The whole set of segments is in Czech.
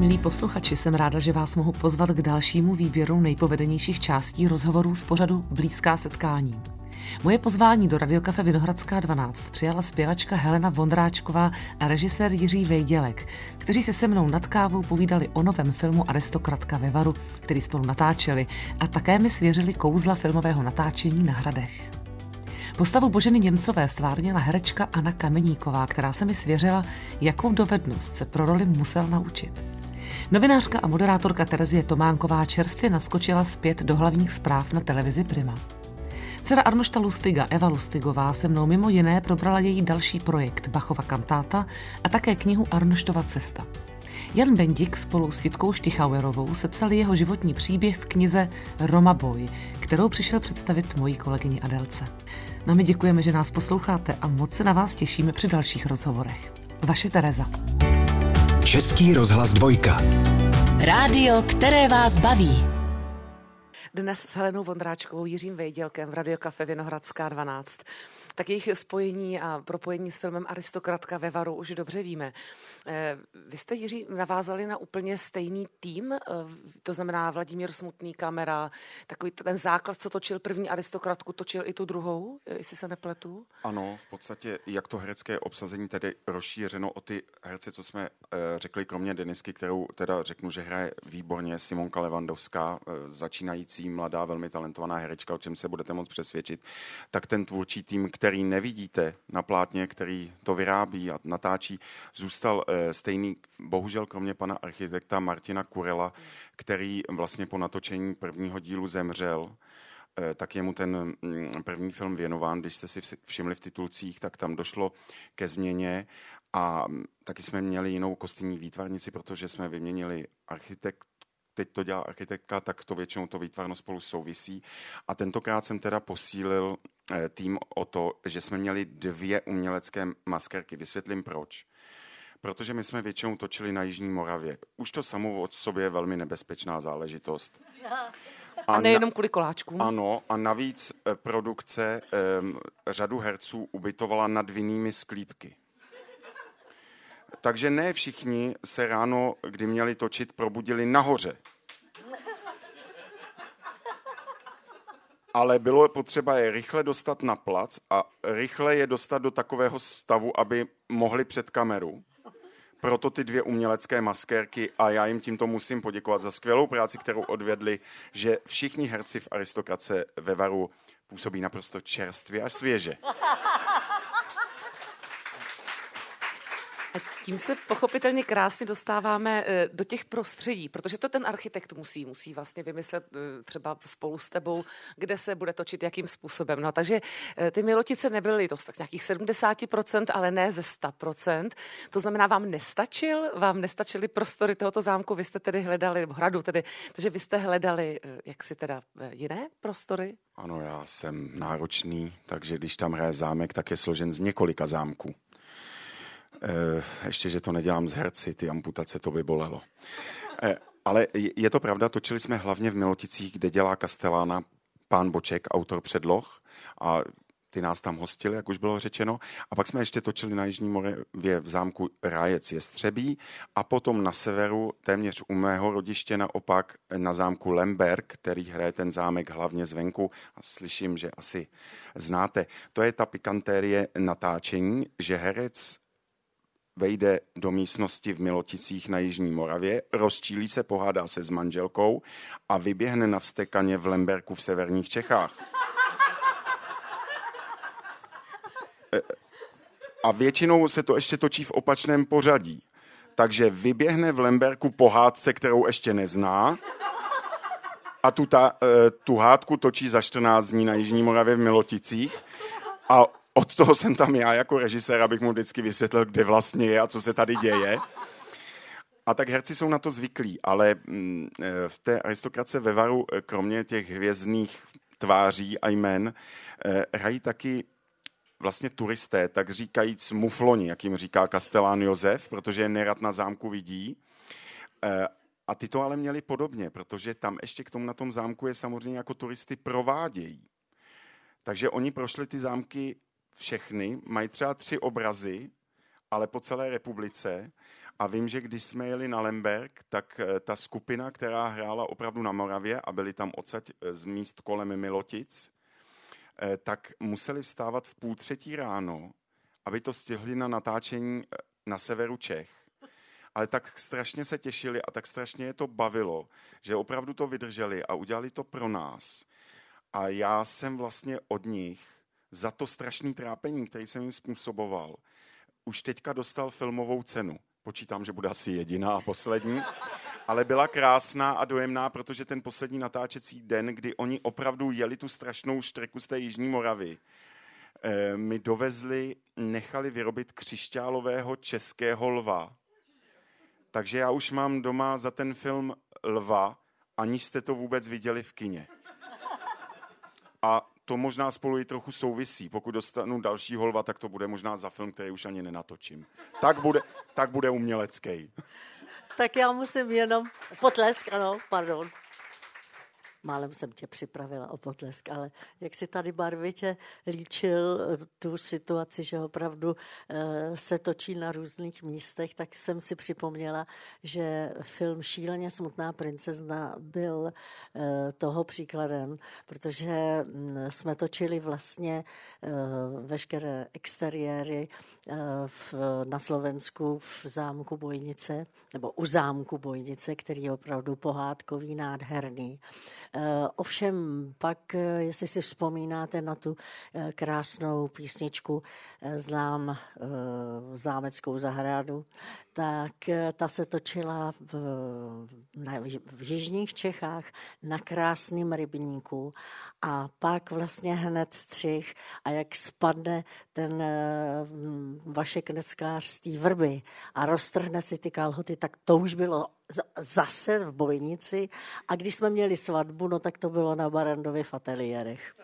milí posluchači, jsem ráda, že vás mohu pozvat k dalšímu výběru nejpovedenějších částí rozhovorů z pořadu Blízká setkání. Moje pozvání do Radiokafe Vinohradská 12 přijala zpěvačka Helena Vondráčková a režisér Jiří Vejdělek, kteří se mnou nad kávou povídali o novém filmu Aristokratka ve Varu, který spolu natáčeli, a také mi svěřili kouzla filmového natáčení na Hradech. Postavu Boženy Němcové stvárnila herečka Anna Kameníková, která se mi svěřila, jakou dovednost se pro roli musel naučit. Novinářka a moderátorka Terezie Tománková čerstvě naskočila zpět do hlavních zpráv na televizi Prima. Dcera Arnošta Lustiga, Eva Lustigová, se mnou mimo jiné probrala její další projekt Bachova kantáta a také knihu Arnoštova cesta. Jan Bendik spolu s Jitkou Štychauerovou sepsali jeho životní příběh v knize Roma Boy, kterou přišel představit mojí kolegyni Adélce. No, my děkujeme, že nás posloucháte a moc se na vás těšíme při dalších rozhovorech. Vaše Tereza. Český rozhlas 2. Rádio, které vás baví. Dnes s Helenou Vondráčkovou, Jiřím Vejdělkem v Radiokafe Vinohradská 12. Tak jejich spojení a propojení s filmem Aristokratka ve Varu už dobře víme. Vy jste, Jiří, navázali na úplně stejný tým, to znamená Vladimír Smutný, kamera, takový ten základ, co točil první Aristokratku, točil i tu druhou, jestli se nepletu? Ano, v podstatě jak to herecké obsazení tedy rozšířeno o ty herce, co jsme řekli, kromě Denisky, kterou teda řeknu, že hraje výborně, Simonka Levandovská, začínající mladá, velmi talentovaná herečka, o čem se budete moct přesvědčit, tak ten tvůrčí tým, který nevidíte na plátně, který to vyrábí a natáčí, zůstal stejný, bohužel kromě pana architekta Martina Kurela, který vlastně po natočení prvního dílu zemřel, tak je mu ten první film věnován. Když jste si všimli v titulcích, tak tam došlo ke změně a taky jsme měli jinou kostýmní výtvarnici, protože jsme vyměnili architekt. Teď to dělá architektka, tak to většinou to výtvarno spolu souvisí. A tentokrát jsem teda posílil tým o to, že jsme měli 2 umělecké maskerky. Vysvětlím proč. Protože my jsme většinou točili na Jižní Moravě. Už to samo od sobě je velmi nebezpečná záležitost. A nejenom kvůli koláčkům. Ano, a navíc produkce řadu herců ubytovala nad vinnými sklípky. Takže ne všichni se ráno, kdy měli točit, probudili nahoře. Ale bylo potřeba je rychle dostat na plac a rychle je dostat do takového stavu, aby mohli před kameru. Proto ty 2 umělecké maskérky a já jim tímto musím poděkovat za skvělou práci, kterou odvedli, že všichni herci v Aristokratce ve Varu působí naprosto čerstvě a svěže. A tím se pochopitelně krásně dostáváme do těch prostředí, protože to ten architekt musí vlastně vymyslet třeba spolu s tebou, kde se bude točit, jakým způsobem. No, takže ty Milotice nebyly to tak nějakých 70%, ale ne ze 100%. To znamená, vám nestačily prostory tohoto zámku, vy jste tedy hledali, hradu tedy, takže vy jste hledali jaksi teda jiné prostory? Ano, já jsem náročný, takže když tam hraje zámek, tak je složen z několika zámků. Ještě, že to nedělám z herci, ty amputace, to by bolelo. Ale je to pravda, točili jsme hlavně v Miloticích, kde dělá Kastelána pán Boček, autor předloh, a ty nás tam hostili, jak už bylo řečeno. A pak jsme ještě točili na Jižní Moravě v zámku Rájec Jestřebí a potom na severu, téměř u mého rodiště naopak, na zámku Lemberg, který hraje ten zámek hlavně zvenku. A slyším, že asi znáte. To je ta pikantérie natáčení, že herec vejde do místnosti v Miloticích na Jižní Moravě, rozčílí se, pohádá se s manželkou a vyběhne na vztekaně v Lemberku v severních Čechách. A většinou se to ještě točí v opačném pořadí. Takže vyběhne v Lemberku po hádce, kterou ještě nezná, a tu hádku točí za 14 dní na Jižní Moravě v Miloticích a od toho jsem tam já jako režisér, abych mu vždycky vysvětlil, kde vlastně je a co se tady děje. A tak herci jsou na to zvyklí, ale v té Aristokratce ve Varu, kromě těch hvězdných tváří a jmen, hrají taky vlastně turisté, tak říkajíc mufloni, jak jim říká Kastelán Josef, protože je nerad na zámku vidí. A ty to ale měli podobně, protože tam ještě k tomu na tom zámku je samozřejmě jako turisty provádějí. Takže oni prošli ty zámky všechny, mají třeba 3 obrazy ale po celé republice. A vím, že když jsme jeli na Lemberg, tak ta skupina, která hrála opravdu na Moravě a byli tam odsaď z míst kolem Milotic, tak museli vstávat v 2:30 ráno, aby to stihli na natáčení na severu Čech. Ale tak strašně se těšili a tak strašně je to bavilo, že opravdu to vydrželi a udělali to pro nás. A já jsem vlastně od nich za to strašné trápení, který jsem jim způsoboval, už teďka dostal filmovou cenu. Počítám, že bude asi jediná a poslední, ale byla krásná a dojemná, protože ten poslední natáčecí den, kdy oni opravdu jeli tu strašnou štreku z té Jižní Moravy, mi nechali vyrobit křišťálového českého lva. Takže já už mám doma za ten film lva, aniž jste to vůbec viděli v kině. A to možná spolu i trochu souvisí. Pokud dostanu dalšího lva, tak to bude možná za film, který už ani nenatočím. Tak bude umělecký. Tak já musím jenom potlesk, ano, pardon. Málem jsem tě připravila o potlesk, ale jak si tady barvitě líčil tu situaci, že opravdu se točí na různých místech, tak jsem si připomněla, že film Šíleně smutná princezna byl toho příkladem, protože jsme točili vlastně veškeré exteriéry na Slovensku v zámku Bojnice, nebo u zámku Bojnice, který je opravdu pohádkový, nádherný. Ovšem pak, jestli si vzpomínáte na tu krásnou písničku Znám zámeckou zahradu, tak ta se točila v jižních Čechách na krásném rybníku a pak vlastně hned střih a jak spadne ten Vašek Neckář z té vrby a roztrhne si ty kalhoty, tak to už bylo zase v Bojnici a když jsme měli svatbu, no tak to bylo na Barandově v ateliérech.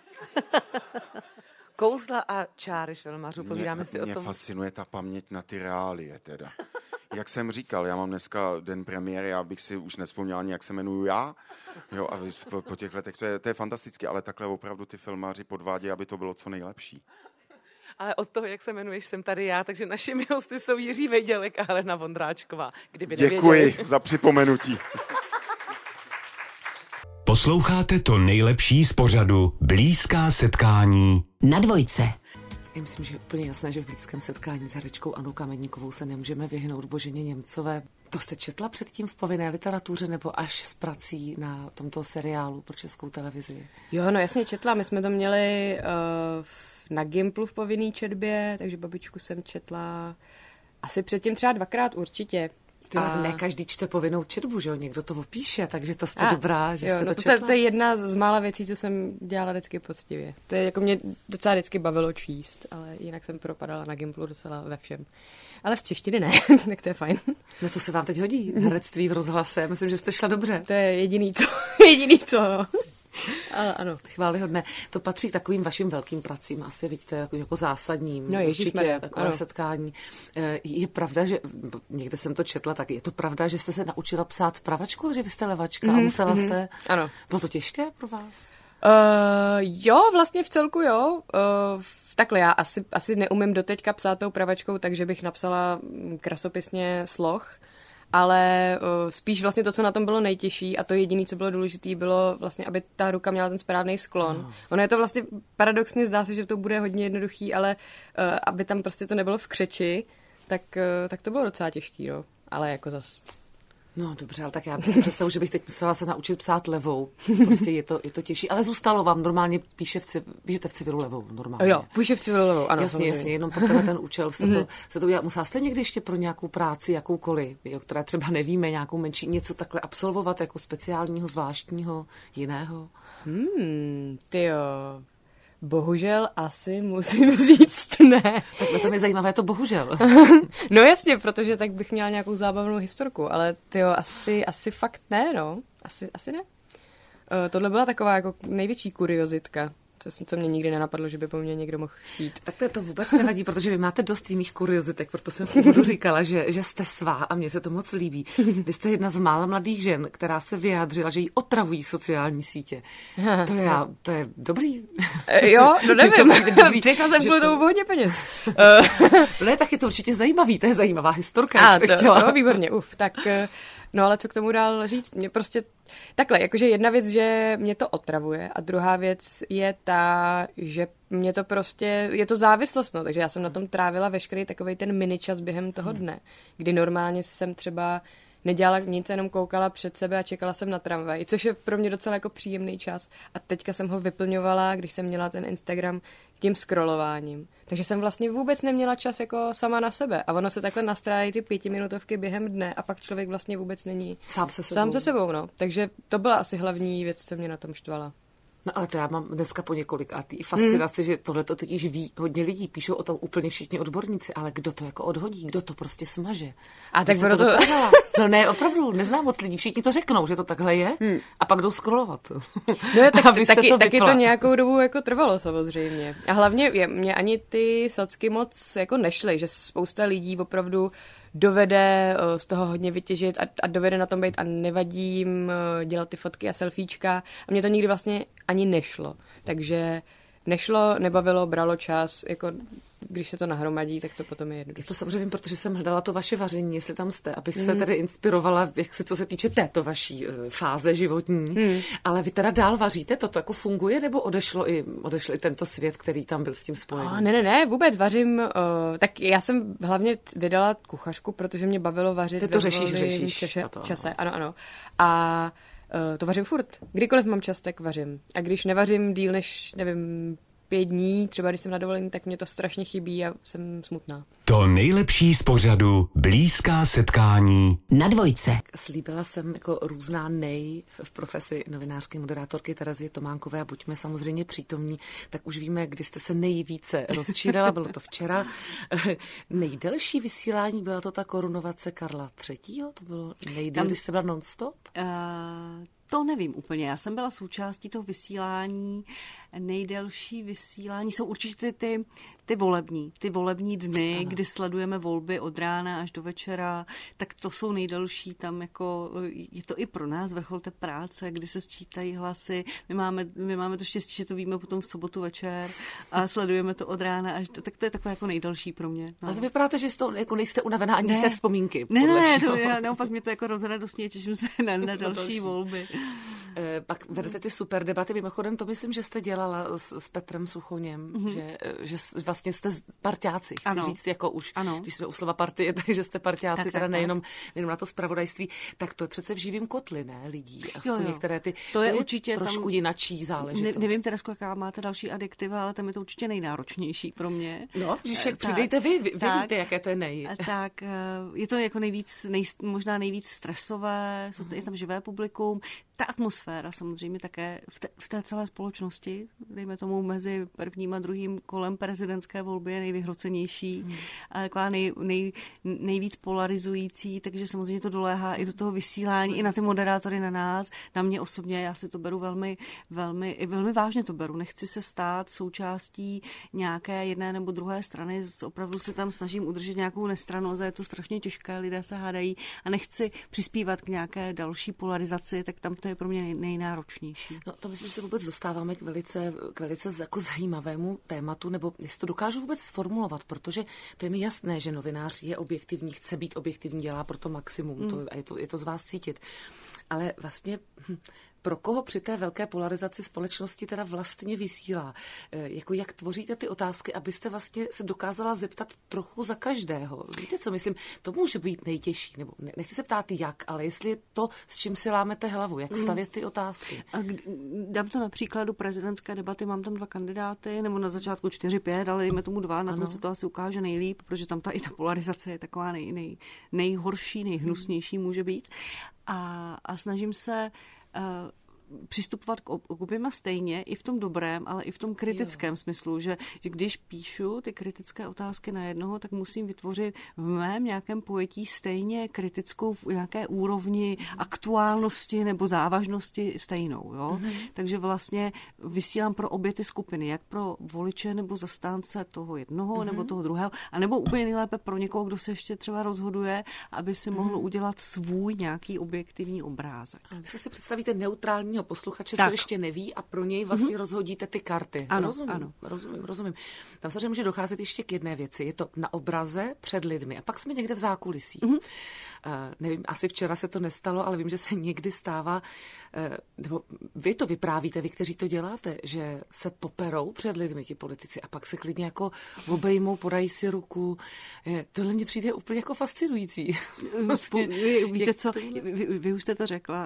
Kouzla a čáry filmařů, povídáme si o tom. Mě fascinuje ta paměť na ty reálie teda. Jak jsem říkal, já mám dneska den premiéry, já bych si už nevzpomněl ani, jak se jmenuju já. Jo, a po těch letech, to je fantastické, ale takhle opravdu ty filmáři podvádějí, aby to bylo co nejlepší. Ale od toho, jak se jmenuješ, jsem tady já, takže našimi hosty jsou Jiří Vejdělek a Helena Vondráčková. Kdyby Děkuji za připomenutí. Posloucháte to nejlepší z pořadu Blízká setkání Na Dvojce. Já myslím, že je úplně jasné, že v Blízkém setkání s herečkou Annou Kameníkovou se nemůžeme vyhnout Boženě Němcové. To jste četla předtím v povinné literatuře nebo až s prací na tomto seriálu pro Českou televizi? Jo, no jasně četla. My jsme to měli na Gimplu v povinný četbě, takže babičku jsem četla asi předtím třeba 2krát určitě. Ne každý čte povinnou četbu, že jo? Někdo to opíše, takže to jste dobrá, že jste to četla. To je jedna z mála věcí, co jsem dělala vždycky poctivě. To je jako mě docela vždycky bavilo číst, ale jinak jsem propadala na Gimplu docela ve všem. Ale z češtiny ne, tak to je fajn. No to se vám teď hodí, herectví v rozhlase, myslím, že jste šla dobře. To je jediný co. Ale ano. Chvályhodné. To patří takovým vašim velkým pracím, asi vidíte, jako zásadním. No, určitě takové ano. setkání. Je pravda, že někde jsem to četla, tak je to pravda, že jste se naučila psát pravačku, že vy jste levačka a musela jste... Ano. Bylo to těžké pro vás? Jo, vlastně v celku jo. Takhle já asi neumím doteďka psát tou pravačkou, takže bych napsala krasopisně sloh, ale spíš vlastně to, co na tom bylo nejtěžší a to jediné, co bylo důležité, bylo vlastně, aby ta ruka měla ten správný sklon. Ono je to vlastně paradoxně, zdá se, že to bude hodně jednoduchý, ale aby tam prostě to nebylo v křeči, tak to bylo docela těžký, no. Ale jako zas... No dobře, ale tak já si představu, že bych teď musela se naučit psát levou. Prostě je to těžší, ale zůstalo vám normálně píšete v civilu levou normálně. Jo, píše v civilu levou, ano. Jasně, jenom pro ten účel se to udělat. Musela jste někdy ještě pro nějakou práci, jakoukoliv, o které třeba nevíme, nějakou menší, něco takhle absolvovat jako speciálního, zvláštního, jiného? Tyjo. Bohužel asi musím říct ne. Tak to mě zajímavé, to bohužel. No jasně, protože tak bych měla nějakou zábavnou historku, ale tyjo, asi fakt ne, no. Asi ne. Tohle byla taková jako největší kuriozitka. co mě nikdy nenapadlo, že by po mně někdo mohl chtít. Tak to vůbec nevadí, protože vy máte dost jiných kuriozitek, proto jsem v úvodu říkala, že jste svá a mně se to moc líbí. Vy jste jedna z mála mladých žen, která se vyjádřila, že jí otravují sociální sítě. To je dobrý. Jo, no nevím. Přišla jsem kvůli tomu hodně peněz. Ne, tak je to určitě zajímavý, to je zajímavá historka, jak jste chtěla. No, výborně, tak... No ale co k tomu dál říct? Mě prostě takhle, jakože jedna věc, že mě to otravuje a druhá věc je ta, že mě to prostě, je to závislost, no, takže já jsem na tom trávila veškerý takovej ten miničas během toho dne, kdy normálně jsem třeba nedělala nic, jenom koukala před sebe a čekala jsem na tramvaj, což je pro mě docela jako příjemný čas a teďka jsem ho vyplňovala, když jsem měla ten Instagram tím scrollováním. Takže jsem vlastně vůbec neměla čas jako sama na sebe a ono se takhle nastrádají ty 5minutovky během dne a pak člověk vlastně vůbec není sám se sebou, no. Takže to byla asi hlavní věc, co mě na tom štvala. No ale to já mám dneska po několikátý fascinaci, že tohle to totiž ví hodně lidí, píšou o tom úplně všichni odborníci, ale kdo to jako odhodí, kdo to prostě smaže. A tak to No ne, opravdu, neznám moc lidí, všichni to řeknou, že to takhle je a pak jdou scrollovat. No je, taky to nějakou dobu jako trvalo samozřejmě. A hlavně mě ani ty socky moc jako nešly, že spousta lidí opravdu dovede z toho hodně vytěžit a dovede na tom být a nevadí jim dělat ty fotky a selfiečka. A mně to nikdy vlastně ani nešlo. Takže nešlo, nebavilo, bralo čas, jako když se to nahromadí, tak to potom je jednoduché. Je to samozřejmě, protože jsem hledala to vaše vaření, jestli tam jste, abych se tady inspirovala, jak se co se týče této vaší fáze životní. Ale vy teda dál vaříte? To jako funguje, nebo odešl i tento svět, který tam byl s tím spojený? Ne, vůbec vařím. Tak já jsem hlavně vydala kuchařku, protože mě bavilo vařit. Ty to řešíš čase. Ano. A to vařím furt. Kdykoliv mám čas, tak vařím. A když nevařím díl než, nevím, 5 dní, třeba když jsem na dovolení, tak mě to strašně chybí a jsem smutná. To nejlepší z pořadu Blízká setkání na Dvojce. Slíbila jsem jako různá v profesi novinářky, moderátorky Terezie Tománkové a buďme samozřejmě přítomní, tak už víme, kdy jste se nejvíce rozčírala, bylo to včera. Nejdelší vysílání byla to ta korunovace Karla III. To bylo nejdéle, když jste byla non-stop? To nevím úplně. Já jsem byla součástí toho vysílání. Nejdelší vysílání jsou určitě ty volební dny, ano, kdy sledujeme volby od rána až do večera, tak to jsou nejdelší tam jako, je to i pro nás vrchol té práce, kdy se sčítají hlasy. My máme to štěstí, že to víme potom v sobotu večer a sledujeme to od rána až do, tak to je takové jako nejdelší pro mě. No. Ale vypadáte, že jako nejste unavená ani z té vzpomínky. Naopak mě to jako rozradostně, těším se na další volby. Pak vedete ty super debaty. Mimochodem, to myslím, že jste dělala s Petrem Suchoněm, že vlastně jste parťáci. Chci říct, jako už, když jsme u slova partie, takže jste parťáci, teda nejenom na to zpravodajství, tak to je přece v živým kotli, ne, lidí. Aspoň některé to je určitě trošku jinačí záležitost. Nevím teda, jaká máte další adjektiva, ale tam je to určitě nejnáročnější pro mě. No, Žižek, přidejte vy víte, jaké to je Tak, je to jako možná nejvíc stresové, je tam živé publikum, ta atmosféra samozřejmě také v té celé společnosti, dejme tomu mezi prvním a druhým kolem prezidentské volby je nejvyhrocenější a taková nejvíc polarizující, takže samozřejmě to doléhá i do toho vysílání, i na ty moderátory, na nás, na mě osobně, já si to beru velmi vážně to beru, nechci se stát součástí nějaké jedné nebo druhé strany, opravdu se tam snažím udržet nějakou nestrannost a je to strašně těžké, lidé se hádají a nechci přispívat k nějaké další polarizaci, tak tam to je pro mě nejnáročnější. No to myslím, že se vůbec dostáváme k velice jako zajímavému tématu, nebo jestli to dokážu vůbec sformulovat, protože to je mi jasné, že novinář je objektivní, chce být objektivní, dělá pro to maximum, je to z vás cítit. Ale vlastně pro koho při té velké polarizaci společnosti teda vlastně vysílá? Jako jak tvoříte ty otázky, abyste vlastně se dokázala zeptat trochu za každého? Víte, co myslím? To může být nejtěžší, nebo nechci se ptát jak, ale jestli je to, s čím si lámete hlavu, jak stavět ty otázky. A dám to na příkladu prezidentské debaty, mám tam 2 kandidáty, nebo na začátku 4-5, ale dejme tomu 2, na tom se to asi ukáže nejlíp, protože tam i ta polarizace je taková nejhorší, nejhnusnější může být. A snažím se přistupovat k oběma stejně, i v tom dobrém, ale i v tom kritickém smyslu, že když píšu ty kritické otázky na jednoho, tak musím vytvořit v mém nějakém pojetí stejně kritickou v nějaké úrovni aktuálnosti nebo závažnosti stejnou. Jo? Takže vlastně vysílám pro obě ty skupiny, jak pro voliče nebo zastánce toho jednoho nebo toho druhého, anebo úplně nejlépe pro někoho, kdo se ještě třeba rozhoduje, aby si mohl udělat svůj nějaký objektivní obrázek. Vy si představíte neutrálního posluchače, co ještě neví, a pro něj vlastně rozhodíte ty karty. Ano, rozumím. Tam samozřejmě může docházet ještě k jedné věci. Je to na obraze před lidmi a pak jsme někde v zákulisí. Nevím, asi včera se to nestalo, ale vím, že se někdy stává, nebo vy to vyprávíte, vy, kteří to děláte, že se poperou před lidmi ti politici a pak se klidně jako obejmou, podají si ruku. Tohle mně přijde úplně jako fascinující. Vlastně, víte co, vy už jste to řekla,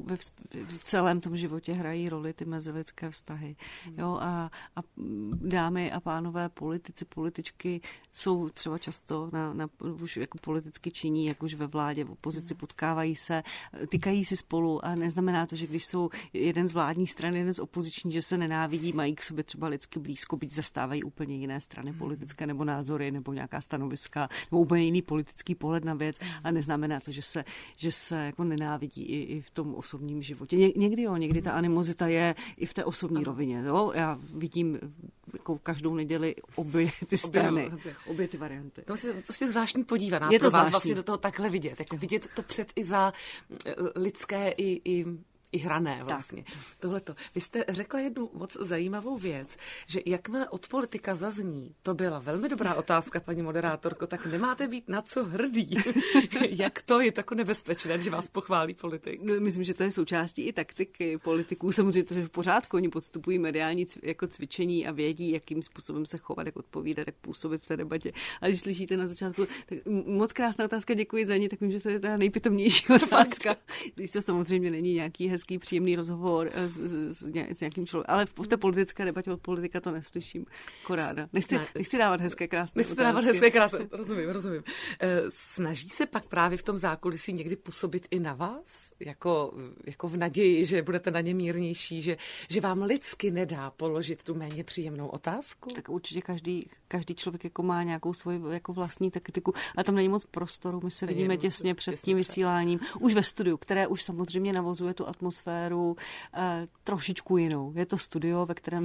v celém tom životě hrají roli ty mezilidské vztahy. Jo, a dámy a pánové, politici, političky jsou třeba často už jako politicky činí, jak už ve vládě, v opozici, potkávají se, tykají si spolu a neznamená to, že když jsou jeden z vládní strany, jeden z opoziční, že se nenávidí, mají k sobě třeba lidsky blízko, byť zastávají úplně jiné strany politické nebo názory nebo nějaká stanoviska nebo úplně jiný politický pohled na věc, a neznamená to, že se jako nenávidí i v tom osobním životě. Někdy ta animozita je i v té osobní rovině. Jo? Já vidím jako každou neděli obě ty strany, obě ty varianty. To je prostě zvláštní podívaná. Je to pro vás zvláštní. vlastně do toho takhle vidět. Jako vidět to před i za lidské i hrané vlastně. Tohleto. Vy jste řekla jednu moc zajímavou věc, že jakmile od politika zazní, to byla velmi dobrá otázka, paní moderátorko, tak nemáte být na co hrdý. Jak to je tako nebezpečné, že vás pochválí politik? Myslím, že to je součástí i taktiky politiků. Samozřejmě to je v pořádku, oni podstupují mediální jako cvičení a vědí, jakým způsobem se chovat, jak odpovídat, jak působit v té debatě. A když slyšíte na začátku, tak moc krásná otázka, děkuji za ní, tak vím, že to je ta nejpitomnější otázka. Když to samozřejmě není nějaký hezký, příjemný rozhovor s nějakým člověkem, ale v té politické debatě od politika to neslyším koráda. Nechci dávat hezké, krásné otázky. Rozumím. Snaží se pak právě v tom zákulisí někdy působit i na vás? Jako v naději, že budete na ně mírnější, že vám lidsky nedá položit tu méně příjemnou otázku? Tak určitě každý člověk jako má nějakou svoji jako vlastní taktiku, ale tam není moc prostoru. My se vidíme těsně před tím vysíláním. Už ve studiu, které už samozřejmě navozuje tu atmosféru trošičku jinou. Je to studio,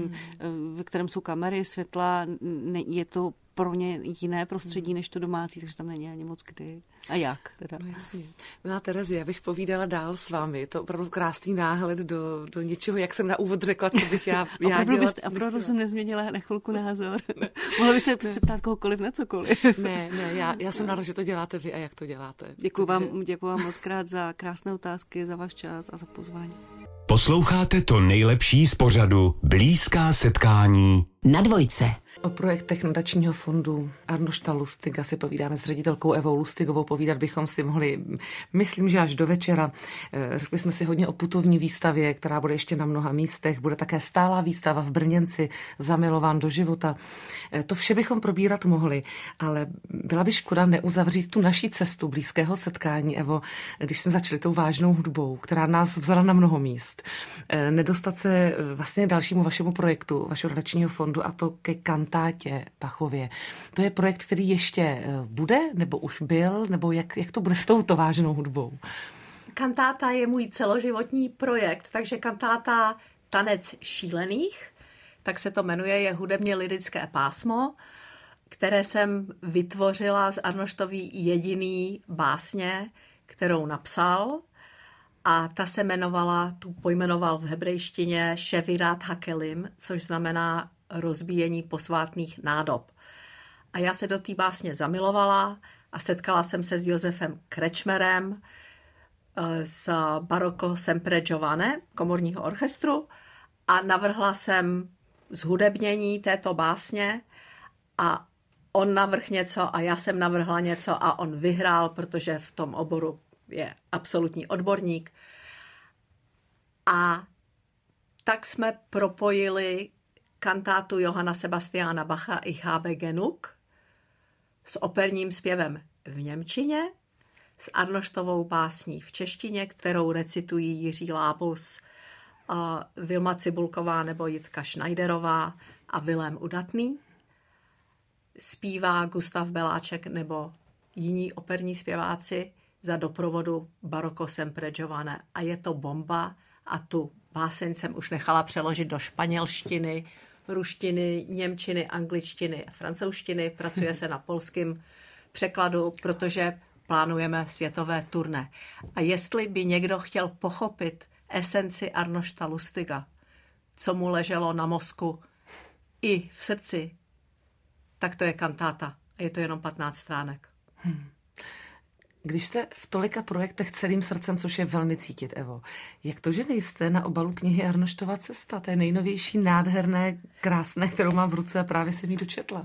ve kterém jsou kamery, světla, je to pro ně jiné prostředí než to domácí, takže tam není ani moc kdy. A jak teda? No jasně. Milá Terezi, já bych povídala dál s vámi. Je to opravdu krásný náhled do něčeho, jak jsem na úvod řekla, co bych já dělat. Opravdu jsem nezměnila na chvilku názor. Mohla byste se ptát kohokoliv na cokoliv. Ne, já jsem ráda, že to děláte vy a jak to děláte. Děkuji vám moc krát za krásné otázky, za váš čas a za pozvání. Posloucháte to nejlepší z pořadu Blízká setkání Na Dvojce. O projektech nadačního fondu Arnošta Lustiga si povídáme s ředitelkou Evou Lustigovou. Povídat bychom si mohli, myslím, že až do večera. Řekli jsme si hodně o putovní výstavě, která bude ještě na mnoha místech. Bude také stálá výstava v Brněnci, Zamilován do života. To vše bychom probírat mohli, ale byla by škoda neuzavřít tu naší cestu blízkého setkání, Evo, když jsme začali tou vážnou hudbou, která nás vzala na mnoho míst. Nedostat se vlastně dalšímu vašemu projektu, vašeho nadačního fondu, a to ke kantátě Bachově. To je projekt, který ještě bude, nebo už byl, nebo jak to bude s touto vážnou hudbou? Kantáta je můj celoživotní projekt, takže kantáta Tanec šílených, tak se to jmenuje, je hudebně lyrické pásmo, které jsem vytvořila z Arnoštový jediný básně, kterou napsal, a ta se pojmenoval v hebrejštině Ševirat Hakelim, což znamená rozbíjení posvátných nádob. A já se do té básně zamilovala a setkala jsem se s Josefem Krečmerem z Barocco Sempre Giovane, komorního orchestru, a navrhla jsem zhudebnění této básně a on navrhl něco a já jsem navrhla něco a on vyhrál, protože v tom oboru je absolutní odborník. A tak jsme propojili kantátu Johanna Sebastiana Bacha Ich habe genug s operním zpěvem v němčině, s Arnoštovou básní v češtině, kterou recitují Jiří Lábus Vilma Cibulková nebo Jitka Schneiderová a Vilém Udatný. Zpívá Gustav Beláček nebo jiní operní zpěváci za doprovodu Baroko sempre giovane. A je to bomba a tu báseň jsem už nechala přeložit do španělštiny, ruštiny, němčiny, angličtiny, francouzštiny. Pracuje se na polském překladu, protože plánujeme světové turné. A jestli by někdo chtěl pochopit esenci Arnošta Lustiga, co mu leželo na mozku i v srdci, tak to je kantáta. A je to jenom 15 stránek. Když jste v tolika projektech celým srdcem, což je velmi cítit, Evo, jak to, že nejste na obalu knihy Arnoštova cesta, té nejnovější, nádherné, krásné, kterou mám v ruce a právě jsem ji dočetla?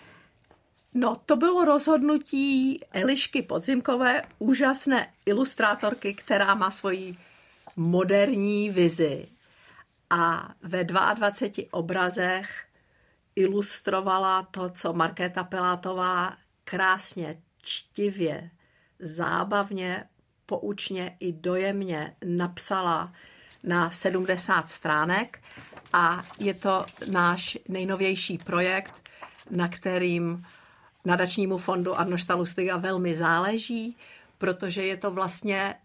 No, to bylo rozhodnutí Elišky Podzimkové, úžasné ilustrátorky, která má svoji moderní vizi. A ve 22 obrazech ilustrovala to, co Markéta Pilátová krásně, čtivě, zábavně, poučně i dojemně napsala na 70 stránek. A je to náš nejnovější projekt, na kterým nadačnímu fondu Arnošta Lustiga velmi záleží, protože je to vlastně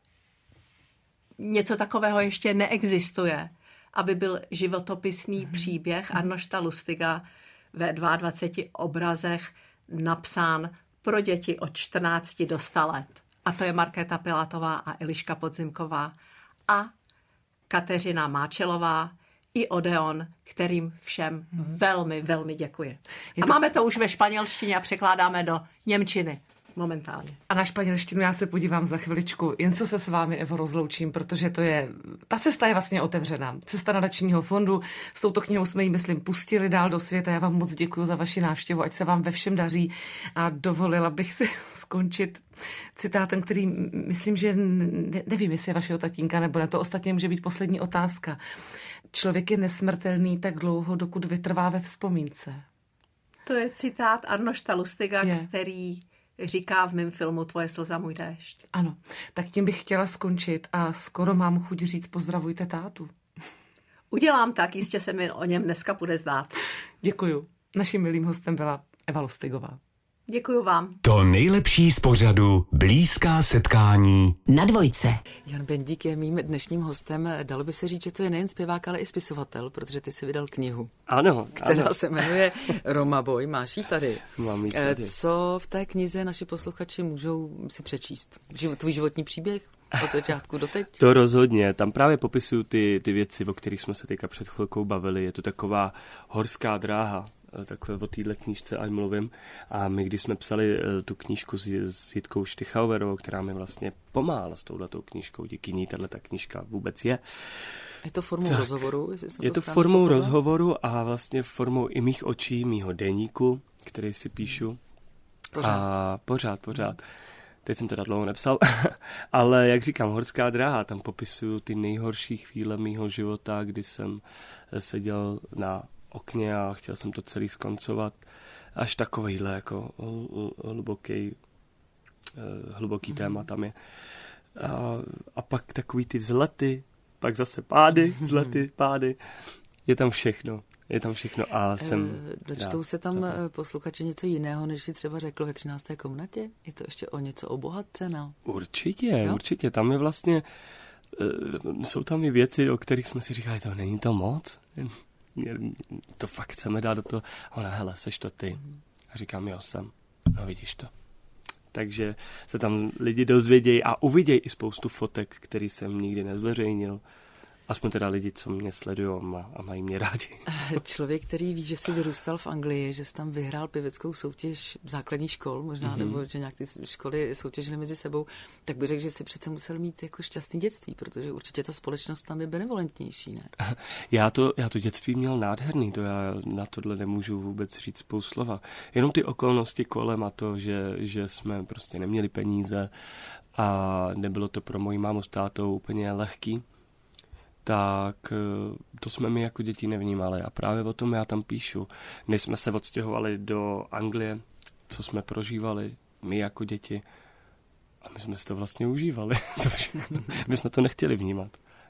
něco takového ještě neexistuje, aby byl životopisný příběh Arnošta Lustiga ve 22 obrazech napsán pro děti od 14 do 100 let. A to je Markéta Pilátová a Eliška Podzimková a Kateřina Máčelová i Odeon, kterým všem velmi, velmi děkuji. A máme to už ve španělštině a překládáme do němčiny momentálně. A na španělštinu já se podívám za chviličku, jen co se s vámi, Evo, rozloučím, protože ta cesta je vlastně otevřená. Cesta nadačního fondu, s touto knihou jsme ji, myslím, pustili dál do světa. Já vám moc děkuji za vaši návštěvu, ať se vám ve všem daří a dovolila bych si skončit citátem, který myslím, že nevím, jestli je vašeho tatínka nebo ne, to ostatně může být poslední otázka. Člověk je nesmrtelný tak dlouho, dokud vytrvá ve vzpomínce. To je citát Arnošta Lustiga, který říká v mém filmu Tvoje slza, můj déšť. Ano, tak tím bych chtěla skončit a skoro mám chuť říct pozdravujte tátu. Udělám tak, jistě se mi o něm dneska bude zdát. Děkuju. Naším milým hostem byla Eva Lustigová. Děkuju vám. To nejlepší z pořadu Blízká setkání Na dvojce. Jan Bendík je mým dnešním hostem. Dalo by se říct, že to je nejen zpěvák, ale i spisovatel, protože ty si vydal knihu. Ano. Která se jmenuje Roma Boj. Máš ji tady. Mám ji tady. Co v té knize naši posluchači můžou si přečíst? Tvůj životní příběh od začátku do teď? To rozhodně. Tam právě popisuju ty věci, o kterých jsme se teďka před chvilkou bavili. Je to taková horská dráha. Takhle o téhle knížce ať mluvím. A my, když jsme psali tu knížku s Jitkou Štychauerovou, která mi vlastně pomáhala s touhletou knížkou, díky ní tato knížka vůbec je. Je to formou rozhovoru? Je to formou rozhovoru a vlastně formou i mých očí, mýho deníku, který si píšu. Pořád. Teď jsem teda dlouho nepsal, ale jak říkám, horská dráha, tam popisuju ty nejhorší chvíle mýho života, kdy jsem seděl na okně a chtěl jsem to celý skoncovat. Až takovejhle jako hluboký téma tam je. A pak takový ty vzlety, pak zase pády, vzlety, pády. Je tam všechno a Dočtou se tam posluchači něco jiného, než si třeba řekl ve 13. komnatě? Je to ještě o něco obohaceno? Určitě. Tam je vlastně, jsou tam i věci, o kterých jsme si říkali, to není to moc. To fakt chceme dát do toho. Ona, hele, seš to ty. A říkám, jo, jsem. No vidíš to. Takže se tam lidi dozvědějí a uvidějí i spoustu fotek, který jsem nikdy nezveřejnil. Aspoň teda lidi, co mě sledují a mají mě rádi. Člověk, který ví, že jsi vyrůstal v Anglii, že jsi tam vyhrál pěveckou soutěž základních škol možná, nebo že nějak ty školy soutěžily mezi sebou, tak by řekl, že jsi přece musel mít jako šťastný dětství, protože určitě ta společnost tam je benevolentnější, ne? Já to dětství měl nádherný, to já na tohle nemůžu vůbec říct spoustu slova. Jenom ty okolnosti kolem a to, že jsme prostě neměli peníze a nebylo to pro moji mámu s tátou úplně lehký, tak to jsme my jako děti nevnímali a právě o tom já tam píšu. Než jsme se odstěhovali do Anglie, co jsme prožívali my jako děti a my jsme si to vlastně užívali. My jsme to nechtěli vnímat.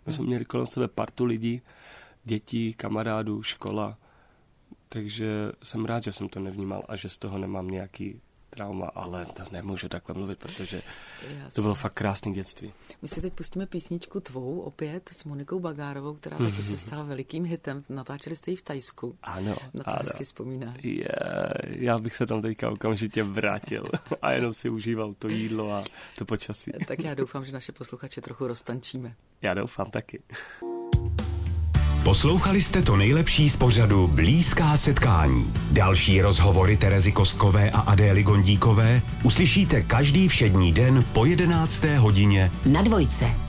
My jsme měli kolem sebe partu lidí, dětí, kamarádů, škola, takže jsem rád, že jsem to nevnímal a že z toho nemám nějaký trauma, ale to nemůžu takhle mluvit, protože to bylo fakt krásné dětství. My si teď pustíme písničku tvou opět s Monikou Bagárovou, která taky se stala velikým hitem. Natáčeli jste ji v Thajsku. Ano. Na to hezky vzpomínáš. Já bych se tam teďka okamžitě vrátil a jenom si užíval to jídlo a to počasí. Tak já doufám, že naše posluchače trochu roztančíme. Já doufám taky. Poslouchali jste to nejlepší z pořadu Blízká setkání. Další rozhovory Terezy Kostkové a Adély Gondíkové uslyšíte každý všední den po 11. hodině na Dvojce.